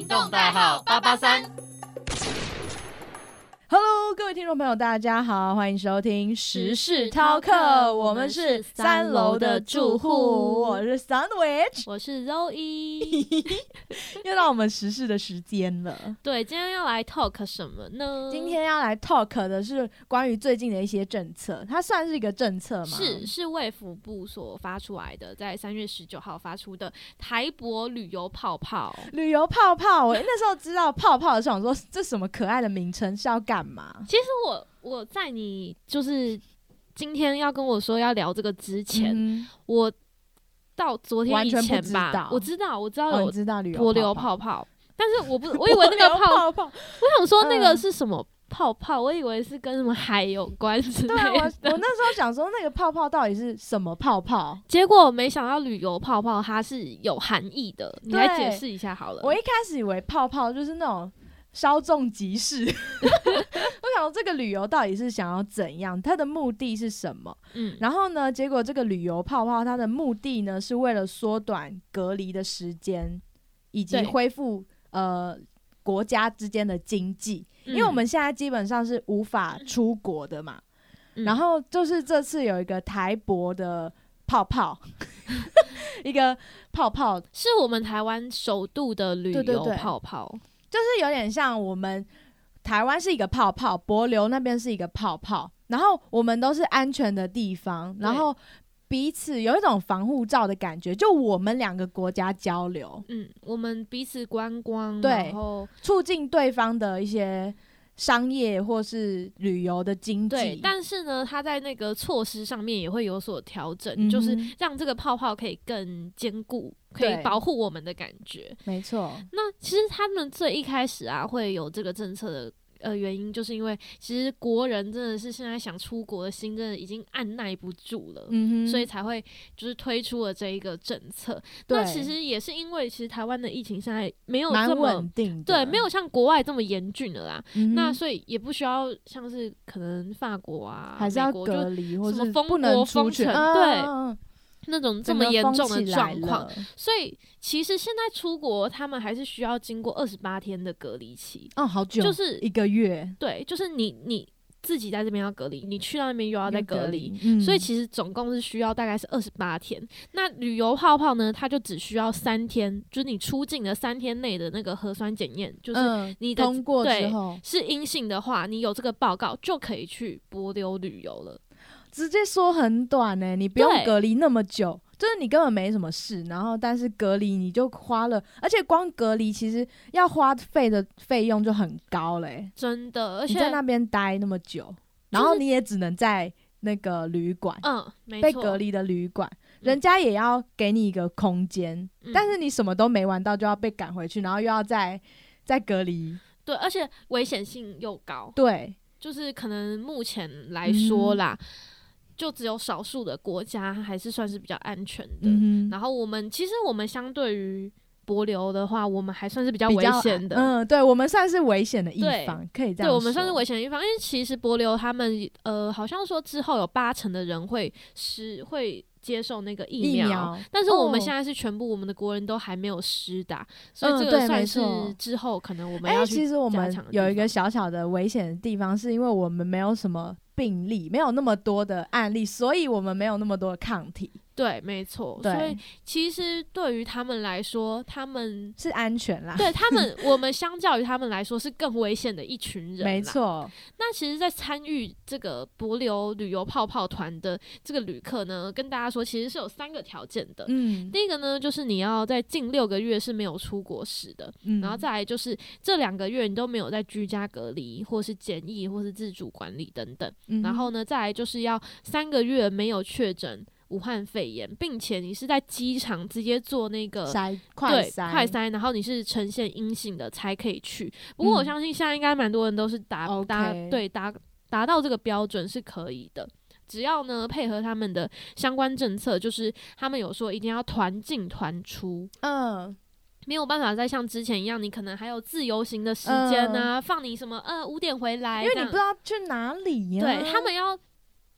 动代号883。 Hello， 各位听众朋友，大家好，欢迎收听时事饕客，我们是3楼的住户，我是 Sandwich， 我是 Zoe， 又到我们时事的时间了。 对，今天要来 talk 什么呢？ 今天要来 talk 的是关于最近的一些政策，它算是一个政策吗？ 是卫福部所发出来的，在3月19号发出的台博旅游泡泡。 旅游泡泡，我那时候知道泡泡的时候，想说这什么可爱的名称是要干嘛？ 其实我在你就是今天要跟我说要聊这个之前，我到昨天以前吧，我知道有博流泡泡，但是我以为那个泡泡，我想说那个是什么泡泡，我以为是跟什么海有关之类的。 对，我那时候想说那个泡泡到底是什么泡泡， 结果没想到旅游泡泡它是有含义的，你来解释一下好了。 我一开始以为泡泡就是那种稍纵即逝我想说这个旅游到底是想要怎样，它的目的是什么？然后呢，结果这个旅游泡泡它的目的呢是为了缩短隔离的时间，以及恢复国家之间的经济，因为我们现在基本上是无法出国的嘛。然后就是这次有一个台博的泡泡一个泡泡是我们台湾首度的旅游泡泡， 就是有点像我们台湾是一个泡泡，帛琉那边是一个泡泡，然后我们都是安全的地方，然后彼此有一种防护罩的感觉，就我们两个国家交流， 我们彼此观光， 对， 然后促进对方的一些商业或是旅游的经济。 对，但是呢，它在那个措施上面也会有所调整，就是让这个泡泡可以更坚固，可以保护我们的感觉。 没错。 那其实他们最一开始啊，会有这个政策的原因，就是因为其实国人真的是现在想出国的心真的已经按耐不住了，所以才会就是推出了这一个政策。那其实也是因为其实台湾的疫情现在没有这么稳定的， 对，没有像国外这么严峻了啦。那所以也不需要像是可能法国啊， 还是要隔离或是不能出去，对。那种这么严重的状况，所以其实现在出国，他们还是需要经过28天的隔离期。 好久，就是1个月。 对，就是你自己在这边要隔离，你去到那边又要再隔离，所以其实总共是需要大概是28天。那旅游泡泡呢，它就只需要3天，就是你出境的3天内的那个核酸检验，就是你的通过之后是阴性的话，你有这个报告就可以去帛琉旅游了。 直接说很短欸，你不用隔离那么久，就是你根本没什么事，然后但是隔离你就花了，而且光隔离其实要花费的费用就很高欸， 真的，而且你在那边待那么久，然后你也只能在那个旅馆， 没错， 被隔离的旅馆，人家也要给你一个空间，但是你什么都没玩到就要被赶回去，然后又要再隔离， 对，而且危险性又高， 对， 就是可能目前来说啦。就只有少数的国家还是算是比较安全的，然后我们相对于帛琉的话，我们还算是比较危险的， 对，我们算是危险的一方，可以这样说， 对，我们算是危险的一方，因为其实帛琉他们好像说之后有80%的人会接受那个疫苗，但是我们现在是全部我们的国人都还没有施打，所以这个算是之后可能我们要去加强的地方。 其实我们有一个小小的危险的地方，是因为我们没有什么病例，没有那么多的案例，所以我们没有那么多的抗体。 对，没错。所以其实对于他们来说，他们是安全啦。 对他们，我们相较于他们来说是更危险的一群人啦。 没错。 那其实，在参与这个帛琉旅游泡泡团的这个旅客呢，跟大家说，其实是有3个条件的。第一个呢，就是你要在近6个月是没有出国史的，然后再来就是这2个月你都没有在居家隔离，或是检疫，或是自主管理等等。然后呢，再来就是要3个月没有确诊武汉肺炎，并且你是在机场直接做那个快筛，然后你是呈现阴性的才可以去。不过我相信现在应该蛮多人都是达到这个标准是可以的。只要呢配合他们的相关政策，就是他们有说一定要团进团出，没有办法再像之前一样，你可能还有自由行的时间啊，放你什么5点回来， 因为你不知道去哪里呀。 对，他们要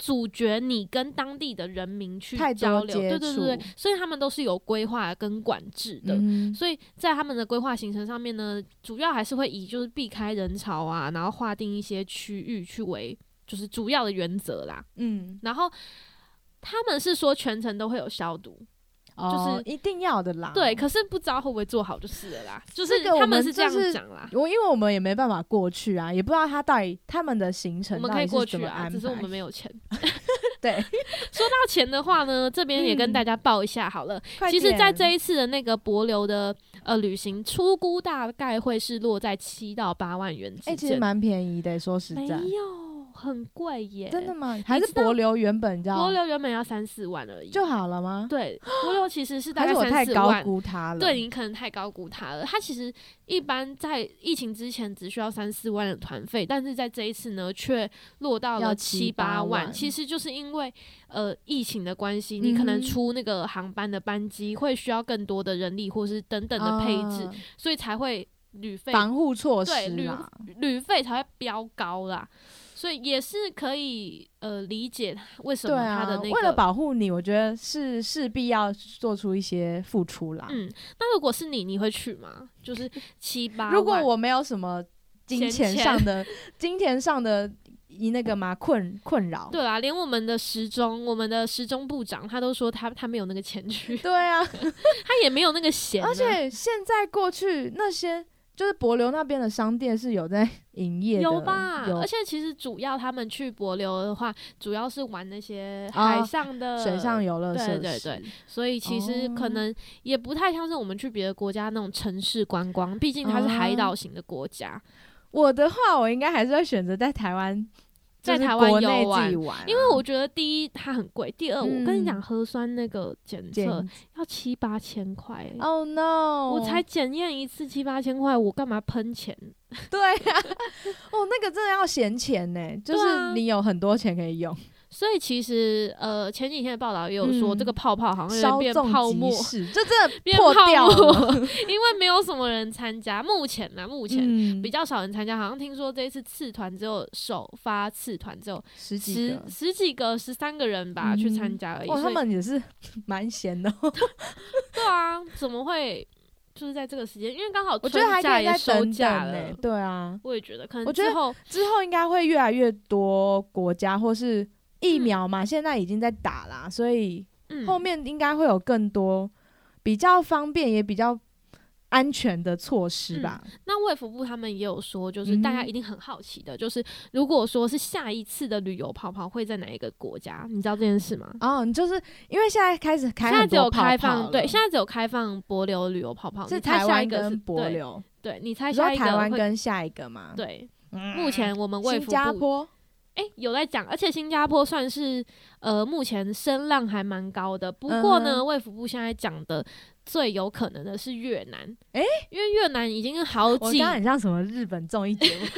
阻绝你跟当地的人民去交流，对对对，所以他们都是有规划跟管制的，所以在他们的规划行程上面呢，主要还是会以就是避开人潮啊，然后划定一些区域去为就是主要的原则啦，然后他们是说全程都会有消毒。就是一定要的啦， 对，可是不知道会不会做好就是了啦，就是他们是这样讲啦。 因为我们也没办法过去啊，也不知道他们的行程我们可以过去啊，只是我们没有钱。 对， 说到钱的话呢，这边也跟大家报一下好了。其实，在这一次的那个帛琉的旅行，初估大概会是落在7到8万元之间。 其实蛮便宜的，说实在。 没有。很贵耶， 真的吗？还是帛琉原本帛琉原本要3-4万而已就好了吗？ 对，帛琉其实是大概3-4万。 还是我太高估它了？ 对，你可能太高估它了。它其实一般在疫情之前只需要3-4万的团费，但是在这一次呢，却落到了7-8万。其实就是因为疫情的关系，你可能出那个航班的班机会需要更多的人力或是等等的配置，所以才会旅费防护措施啦，旅费才会飙高啦。所以也是可以理解为什么他的那个、 为了保护你，我觉得是势必要做出一些付出啦。 那如果是你会去吗？就是7-8万。 如果我没有什么金钱上的那个嘛困扰， 对啦，连我们的时钟部长他都说他没有那个钱去。 对啊， 他也没有那个闲。 而且现在过去那些。就是帛琉那边的商店是有在营业的， 有吧？而且其实主要他们去帛琉的话，主要是玩那些海上的、 水上游乐设施， 对对对。所以其实可能也不太像是我们去别的国家那种城市观光，毕竟它是海岛型的国家。 我的话，我应该还是会选择在台湾。 在台湾游玩， 因为我觉得第一它很贵，第二我跟你讲核酸那个检测要7-8千块。 Oh no！ 我才检验一次7-8千块，我干嘛喷钱？ 对啊，那个真的要闲钱呢，就是你有很多钱可以用。 所以其实前几天的报道也有说，这个泡泡好像有点变泡沫， 就真的破掉了， 因为没有什么人参加。目前比较少人参加，好像听说这一次次团只有首发次团只有十几个13个人吧去参加而已。 他们也是蛮闲的。 对啊，怎么会？就是在这个时间，因为刚好我觉得还可以再收假了。 对啊， 我也觉得可能我觉得之后应该会越来越多国家或是疫苗嘛，现在已经在打啦，所以后面应该会有更多比较方便也比较安全的措施吧。 那卫福部他们也有说，就是大家一定很好奇的，就是如果说是下一次的旅游泡泡会在哪一个国家，你知道这件事吗？ 就是因为现在开始开很多泡泡了， 对，现在只有开放帛琉旅游泡泡， 是台湾跟帛琉。 对，你猜下一个？ 台湾跟下一个吗？ 对，目前我们卫福部新加坡。 有在讲，而且新加坡算是目前声浪还蛮高的。不过呢，卫福部现在讲的最有可能的是越南，因为越南已经好几， 我刚刚很像什么日本综艺节目，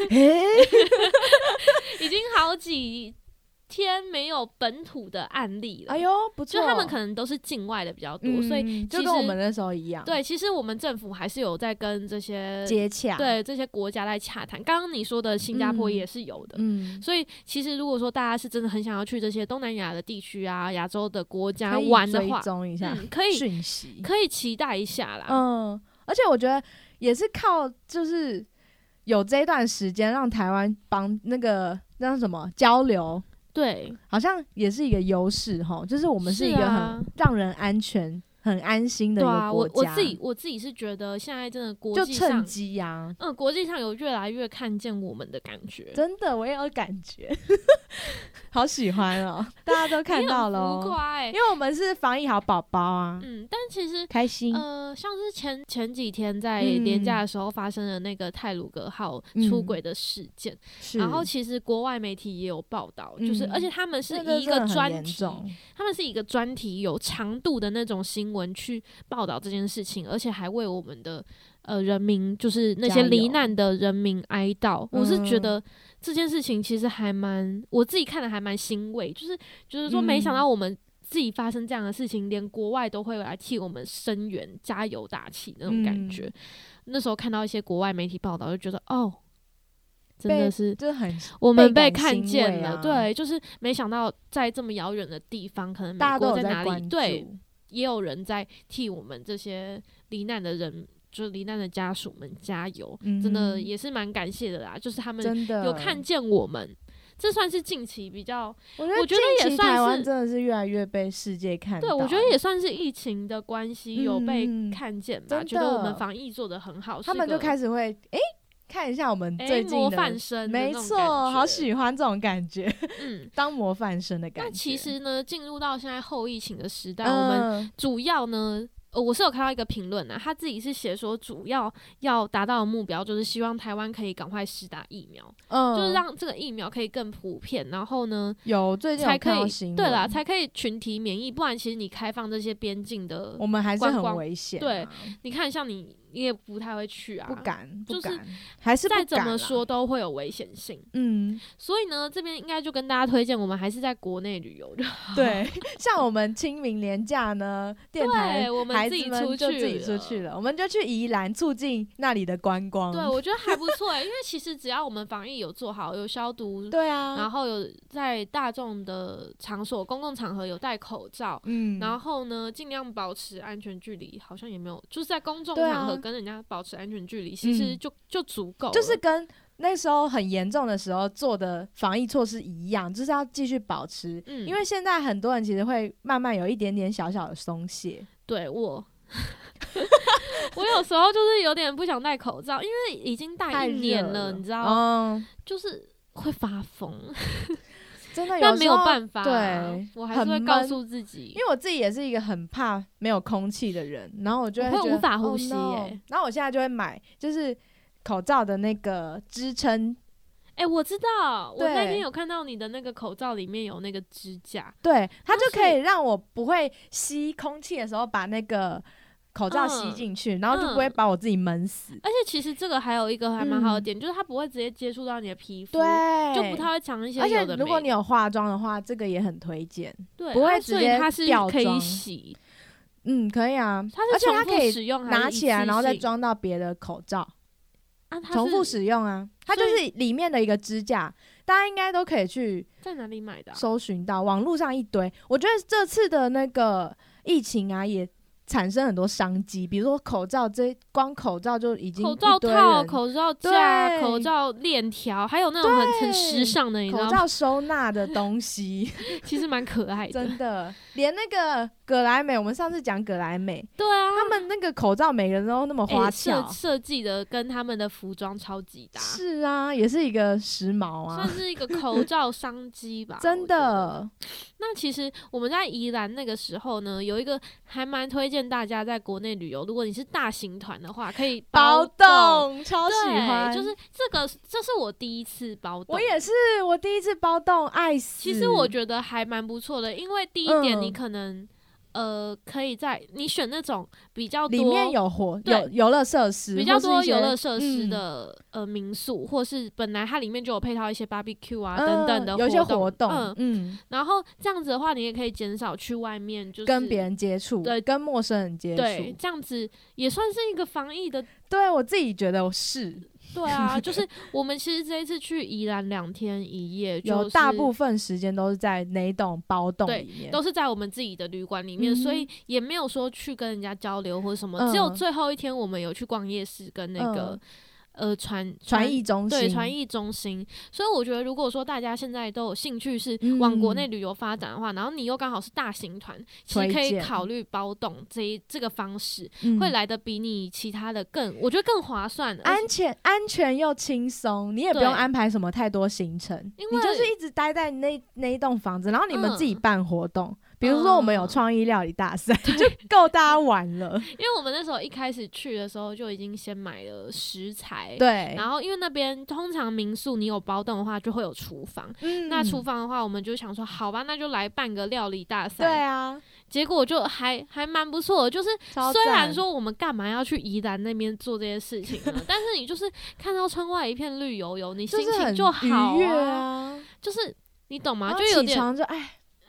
已经好几天没有本土的案例了。 哎呦，不错， 就他们可能都是境外的比较多，所以就跟我们那时候一样。 对，其实我们政府还是有在跟这些接洽， 对这些国家在洽谈。刚刚你说的新加坡也是有的，所以其实如果说大家是真的很想要去这些东南亚的地区啊、亚洲的国家玩的话， 追踪一下， 可以讯息， 可以期待一下啦。 而且我觉得也是靠就是有这段时间让台湾帮那个让什么交流。 对， 好像也是一个优势齁，就是我们是一个很让人安全、很安心的一个国家。 我自己是觉得现在真的国际上就趁机呀， 国际上有越来越看见我们的感觉。 真的，我也有感觉，好喜欢哦！大家都看到了哦， 浮夸因为我们是防疫好宝宝啊。 但其实开心。 像是前几天在连假的时候发生的那个太鲁阁号出轨的事件，然后其实国外媒体也有报道，就是而且他们是以一个专题，他们是以一个专题有长度的那种新闻去报道这件事情，而且还为我们的人民，就是那些罹难的人民哀悼。我是觉得这件事情其实还蛮，我自己看的还蛮欣慰，就是说没想到我们自己发生这样的事情，连国外都会来替我们声援、加油打气那种感觉。那时候看到一些国外媒体报道，就觉得真的是就很我们被看见了，对，就是没想到在这么遥远的地方，可能美国在哪里，对，也有人在替我们这些罹难的人，就是罹难的家属们加油，真的也是蛮感谢的啦，就是他们有看见我们。这算是近期比较，我觉得也算是台湾真的是越来越被世界看到。 对，我觉得也算是疫情的关系有被看见吧，觉得我们防疫做得很好， 他们就开始会看一下我们最近的模范生， 没错，好喜欢这种感觉，当模范生的感觉。 那其实呢，进入到现在后疫情的时代，我们主要呢。我是有看到一个评论啊，他自己是写说，主要达到的目标就是希望台湾可以赶快施打疫苗，就是让这个疫苗可以更普遍，然后呢， 最近有看到新闻， 对啦，才可以群体免疫，不然其实你开放这些边境的， 我们还是很危险。 对，你看像你也不太会去啊， 不敢， 就是还是不敢再怎么说都会有危险性。所以呢，这边应该就跟大家推荐，我们还是在国内旅游就好。 对，像我们清明连假呢，电台我们自己出去了，我们就去宜兰促进那里的观光。 对，我觉得还不错因为其实只要我们防疫有做好，有消毒， 对啊， 然后有在大众的场所、公共场合有戴口罩，然后呢尽量保持安全距离，好像也没有，就是在公众场合跟人家保持安全距离，其实就足够了， 就是跟那时候很严重的时候做的防疫措施一样，就是要继续保持。因为现在很多人其实会慢慢有一点点小小的松懈。 对我有时候就是有点不想戴口罩，因为已经戴1年了，你知道，就是会发疯。 真的， 但没有办法， 对， 我还是会告诉自己， 因为我自己也是一个很怕没有空气的人，然后我就会无法呼吸然后我现在就会买就是口罩的那个支撑。 我知道，我那天有看到你的那个口罩里面有那个支架， 对，它就可以让我不会吸空气的时候把那个口罩吸进去，然后就不会把我自己闷死。 而且其实这个还有一个还蛮好的点，就是它不会直接接触到你的皮肤，对，就不太会长一些有的没的。 而且如果你有化妆的话，这个也很推荐， 对， 不会直接它是可以洗， 可以啊， 而且它可以拿起来然后再装到别的口罩。重复使用啊，它就是里面的一个支架，大家应该都可以去在哪里买的搜寻到，网络上一堆。我觉得这次的那个疫情啊，也产生很多商机，比如说口罩，光口罩就已经口罩套、口罩架、口罩链条，还有那种很时尚的，你知道吗？ 口罩收纳的东西， 其实蛮可爱的， 真的。连那个葛莱美，我们上次讲葛莱美， 对啊， 他们那个口罩每个人都那么花俏， 设计的跟他们的服装超级搭。 是啊，也是一个时髦啊， 算是一个口罩商机吧。 真的。 那其实我们在宜兰那个时候呢，有一个还蛮推荐大家在国内旅游，如果你是大型团的话，可以包栋，超喜欢。 就是这是我第一次包栋， 我也是，我第一次包栋，爱死。 其实我觉得还蛮不错的，因为第一点你可能。可以在你选那种比较多里面有游乐设施， 比较多游乐设施的民宿，或是本来它里面就有配套一些 barbecue 啊等等的有一些活动， 然后这样子的话，你也可以减少去外面就是跟别人接触，对，跟陌生人接触， 对，这样子也算是一个防疫的。 对我自己觉得是。 对啊，就是我们其实这一次去宜兰2天1夜， 有大部分时间都是在那一栋包栋里面， 都是在我们自己的旅馆里面，所以也没有说去跟人家交流或什么，只有最后一天我们有去逛夜市跟那个。传艺中心，对，传艺中心。所以我觉得，如果说大家现在都有兴趣是往国内旅游发展的话，然后你又刚好是大型团，其实可以考虑包栋这个方式，会来的比你其他的我觉得更划算， 安全又轻松，你也不用安排什么太多行程，你就是一直待在那一栋房子，然后你们自己办活动。比如说我们有创意料理大赛，就够大家玩了。 因为我们那时候一开始去的时候就已经先买了食材， 对。 然后因为那边通常民宿你有包栋的话就会有厨房，那厨房的话我们就想说，好吧，那就来办个料理大赛。 对啊。 结果就还蛮不错的，就是虽然说我们干嘛要去宜兰那边做这些事情呢，但是你就是看到窗外一片绿油油，你心情就好愉悦啊。 就是你懂吗？ 就有点起床就哎。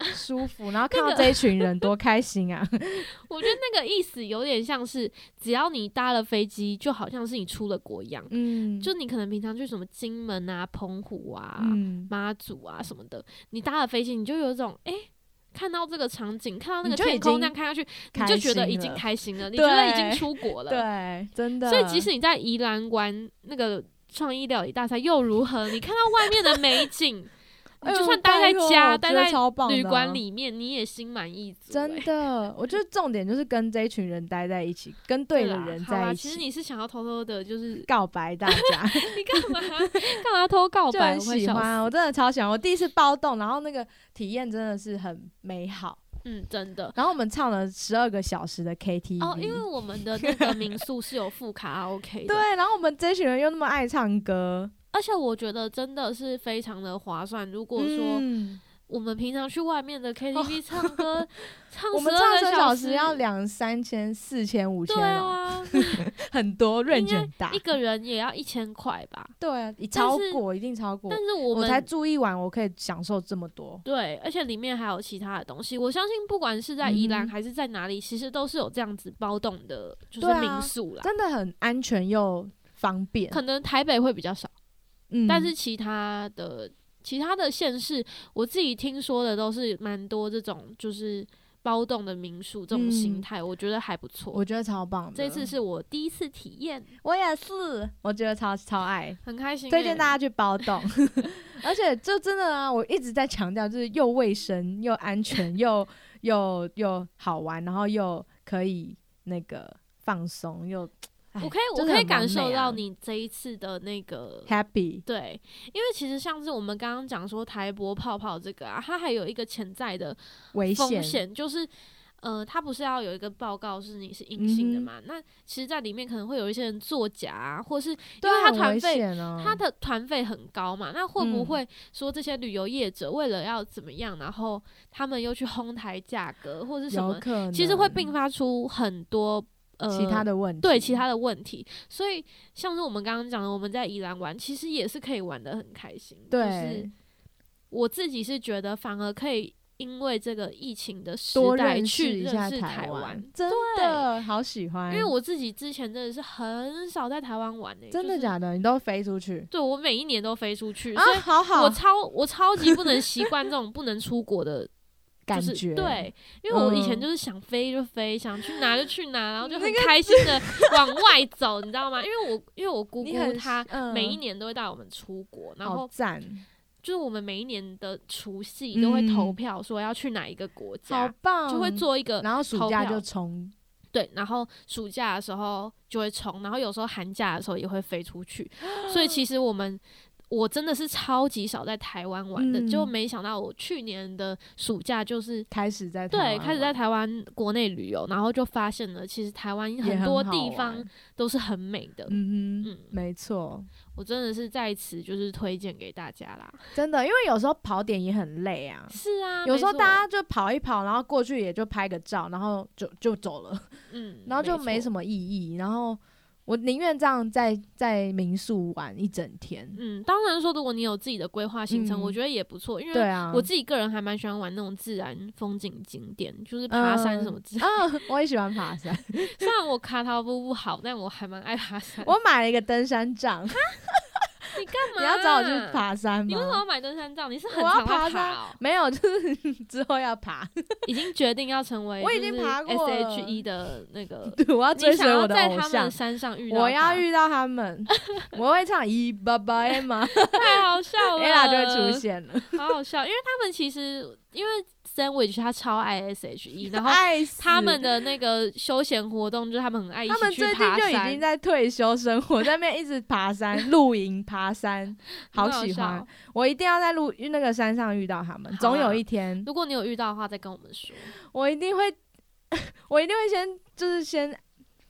舒服，然后看到这一群人多开心啊！ 我觉得那个意思有点像是，只要你搭了飞机，就好像是你出了国一样。就你可能平常去什么金门啊、澎湖啊、妈祖啊什么的，你搭了飞机，你就有一种看到这个场景，看到那个天空这样看下去，你就觉得已经开心了，你觉得已经出国了。 对，真的。 所以即使你在宜兰玩那个创意料理大赛又如何？你看到外面的美景，你就算待在家、待在旅馆里面，你也心满意足。 真的，我觉得重点就是跟这一群人待在一起，跟对的人在一起。 其实你是想要偷偷的，就是告白大家。 你干嘛偷告白？ 就很喜欢，我真的超喜欢。我第一次包栋，然后那个体验真的是很美好。 真的。 然后我们唱了12个小时的 KTV。 因为我们的那个民宿是有附卡拉 OK 的。 对，然后我们这群人又那么爱唱歌。 而且我觉得真的是非常的划算。如果说我们平常去外面的 KTV 唱歌， 我们唱12小时要2、3千、4千、5千，对啊，很多润卷大， 一个人也要1000块吧？ 对啊，超过，一定超过。 但是我才住一晚，我可以享受这么多。 对，而且里面还有其他的东西。我相信不管是在宜兰还是在哪里，其实都是有这样子包栋的，就是民宿啦， 真的很安全又方便。 可能台北会比较少。但是其他的县市，我自己听说的都是蛮多这种就是包栋的民宿这种形态，我觉得还不错。 我觉得超棒的。 这次是我第一次体验， 我也是，我觉得超爱， 很开心。 推荐大家去包栋，而且就真的啊，我一直在强调，就是又卫生又安全又好玩，然后又可以那个放松又。 我可以感受到你这一次的那个 happy。 对，因为其实像是我们刚刚讲说台博泡泡这个啊，它还有一个潜在的风险，就是它不是要有一个报告是你是阴性的嘛？那其实在里面可能会有一些人作假或是因为它团费，它的团费很高嘛，那会不会说这些旅游业者为了要怎么样，然后他们又去哄抬价格或是什么，其实会并发出很多。 其他的问题， 对其他的问题，所以像是我们刚刚讲的，我们在宜兰玩，其实也是可以玩得很开心。 对， 就是我自己是觉得，反而可以因为这个疫情的时代去认识台湾， 真的好喜欢。 因为我自己之前真的是很少在台湾玩真的假的？你都飞出去？ 对，我每一年都飞出去， 所以好好，我超级不能习惯这种不能出国的。 感觉对，因为我以前就是想飞就飞，想去哪就去哪，然后就很开心的往外走，你知道吗？因为我姑姑她每一年都会带我们出国，然后就是我们每一年的除夕都会投票说要去哪一个国家， 好棒， 就会做一个， 然后暑假就冲。 对，然后暑假的时候就会冲，然后有时候寒假的时候也会飞出去，所以其实我真的是超级少在台湾玩的，就没想到我去年的暑假就是开始在台湾国内旅游，然后就发现了其实台湾很多地方都是很美的。 没错， 我真的是在此就是推荐给大家啦， 真的，因为有时候跑点也很累啊。 是啊， 有时候大家就跑一跑，然后过去也就拍个照，然后就走了，然后就没什么意义，然后。我宁愿这样在民宿玩一整天。 当然说，如果你有自己的规划行程，我觉得也不错。因为我自己个人还蛮喜欢玩那种自然风景景点，就是爬山什么之类的。 我也喜欢爬山， 虽然我卡塔夫不好，但我还蛮爱爬山。 我买了一个登山杖。 你干嘛？ 你要找我去爬山吗？ 你为什么要买登山杖？你是很常在爬没有，就是之后要爬。 已经决定要成为， 我已经爬过 SHE 的那个。 对，我要追随我的偶像。 在他们山上遇到， 我要遇到他们。我会唱188 Emma， 太好笑了。 Ella 就会出现了， 好好笑，因为他们其实因为。Sandwich 他超爱 SHE， 然后他们的那个休闲活动就是他们很爱一起去爬山。他们最近就已经在退休生活，在那边一直爬山、露营、爬山，好喜欢。我一定要在那个山上遇到他们，总有一天。 如果你有遇到的话，再跟我们说。 我一定会先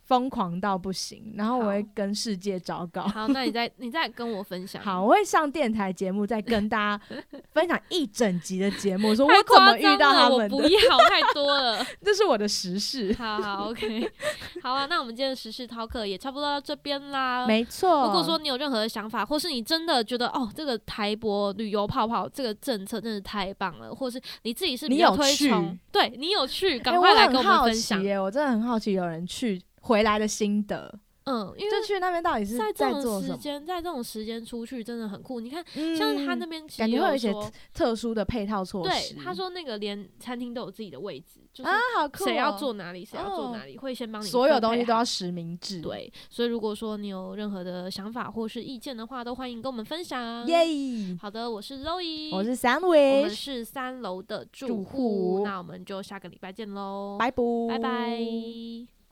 疯狂到不行，然后我会跟世界昭告。 好，那你再跟我分享。 好，我会上电台节目，再跟大家分享一整集的节目，说我怎么遇到他们的。 我不要，太多了， 这是我的时事。 好 ，OK， 好啊，那我们今天的时事talk也差不多到这边啦。 没错。 如果说你有任何的想法，或是你真的觉得这个台博旅游泡泡这个政策真的太棒了，或是你自己是比较推崇，对你有去，赶快来跟我们分享。 我真的很好奇，有人去回来的心得。因为就去那边到底是在做什么？ 在这种时间出去真的很酷。你看，像他那边其实感觉会有一些特殊的配套措施。 对，他说那个连餐厅都有自己的位置，就是好酷， 谁要坐哪里，谁要坐哪里，会先帮你所有东西都要实名制。 对，所以如果说你有任何的想法或是意见的话，都欢迎跟我们分享。 耶！ 好的，我是 Zoe， 我是 Sandwich， 我们是3楼的住户。那我们就下个礼拜见喽， 拜拜， 拜拜。